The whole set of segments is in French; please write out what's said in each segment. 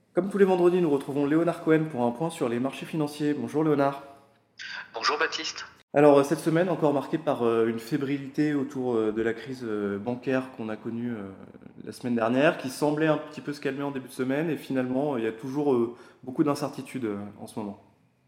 Comme tous les vendredis, nous retrouvons Léonard Cohen pour un point sur les marchés financiers. Bonjour Léonard. Bonjour Baptiste. Alors cette semaine encore marquée par une fébrilité autour de la crise bancaire qu'on a connue la semaine dernière, qui semblait un petit peu se calmer en début de semaine et finalement il y a toujours beaucoup d'incertitudes en ce moment.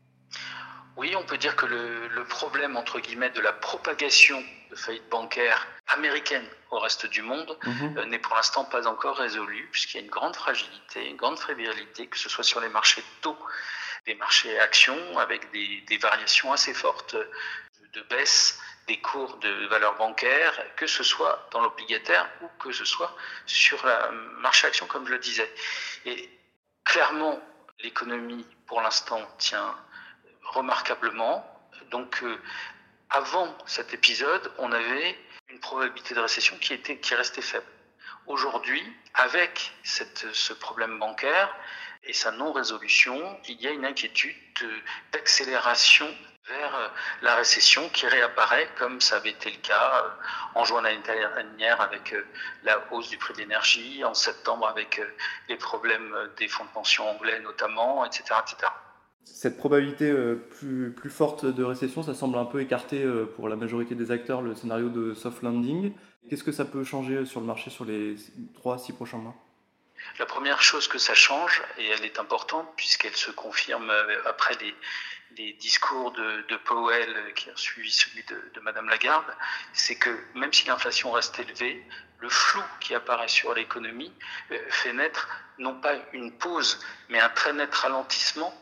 Oui, on peut dire que le problème, entre guillemets, de la propagation de faillite bancaire américaine au reste du monde Mhm. n'est pour l'instant pas encore résolu, puisqu'il y a une grande fragilité, une grande fébrilité, que ce soit sur les marchés de taux, des marchés actions, avec des variations assez fortes de baisse des cours de valeurs bancaires, que ce soit dans l'obligataire ou que ce soit sur le marché action, comme je le disais. Et clairement, l'économie, pour l'instant, tient remarquablement. Donc, avant cet épisode, on avait une probabilité de récession qui restait faible. Aujourd'hui, avec ce problème bancaire et sa non-résolution, il y a une inquiétude d'accélération vers la récession qui réapparaît comme ça avait été le cas en juin l'année dernière avec la hausse du prix de l'énergie, en septembre avec les problèmes des fonds de pension anglais notamment, etc., etc. Cette probabilité plus forte de récession, ça semble un peu écarté pour la majorité des acteurs le scénario de soft landing. Qu'est-ce que ça peut changer sur le marché sur les 3 à 6 prochains mois? La première chose que ça change, et elle est importante puisqu'elle se confirme après les discours de Powell qui ont suivi celui de Madame Lagarde, c'est que même si l'inflation reste élevée, le flou qui apparaît sur l'économie fait naître non pas une pause, mais un très net ralentissement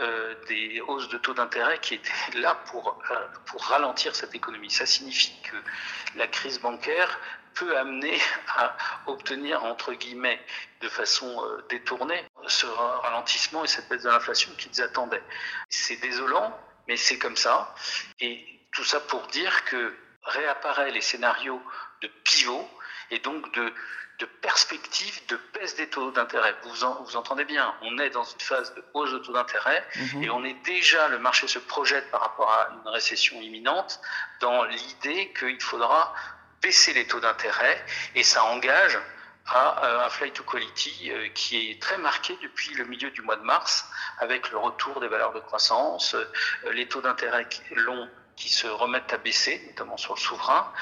des hausses de taux d'intérêt qui étaient là pour ralentir cette économie. Ça signifie que la crise bancaire peut amener à obtenir, entre guillemets, de façon détournée, ce ralentissement et cette baisse de l'inflation qu'ils attendaient. C'est désolant, mais c'est comme ça. Et tout ça pour dire que réapparaissent les scénarios de pivot et donc de perspective de baisse des taux d'intérêt. Vous entendez bien, on est dans une phase de hausse de taux d'intérêt et Mhm. on est déjà, le marché se projette par rapport à une récession imminente dans l'idée qu'il faudra baisser les taux d'intérêt et ça engage à un flight to quality qui est très marqué depuis le milieu du mois de mars avec le retour des valeurs de croissance, les taux d'intérêt longs qui se remettent à baisser, notamment sur le souverain.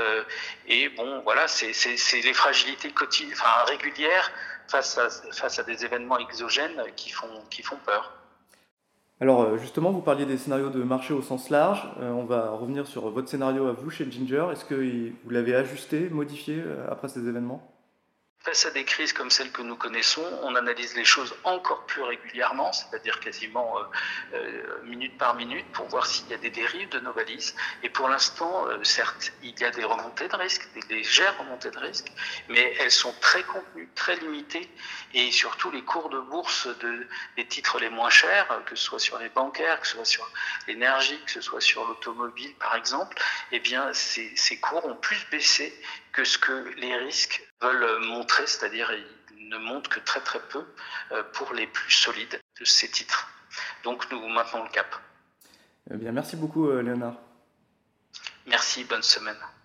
Et bon, voilà, c'est les fragilités régulières face à des événements exogènes qui font peur. Alors justement, vous parliez des scénarios de marché au sens large. On va revenir sur votre scénario à vous chez Ginger. Est-ce que vous l'avez ajusté, modifié après ces événements? Face à des crises comme celles que nous connaissons, on analyse les choses encore plus régulièrement, c'est-à-dire quasiment minute par minute, pour voir s'il y a des dérives de nos valises. Et pour l'instant, certes, il y a des remontées de risque, des légères remontées de risque, mais elles sont très contenues, très limitées, et surtout les cours de bourse des titres les moins chers, que ce soit sur les bancaires, que ce soit sur l'énergie, que ce soit sur l'automobile par exemple, eh bien ces cours ont plus baissé que ce que les risques veulent montrer, c'est-à-dire ils ne montrent que très très peu pour les plus solides de ces titres. Donc nous maintenons le cap. Eh bien, merci beaucoup, Léonard. Merci, bonne semaine.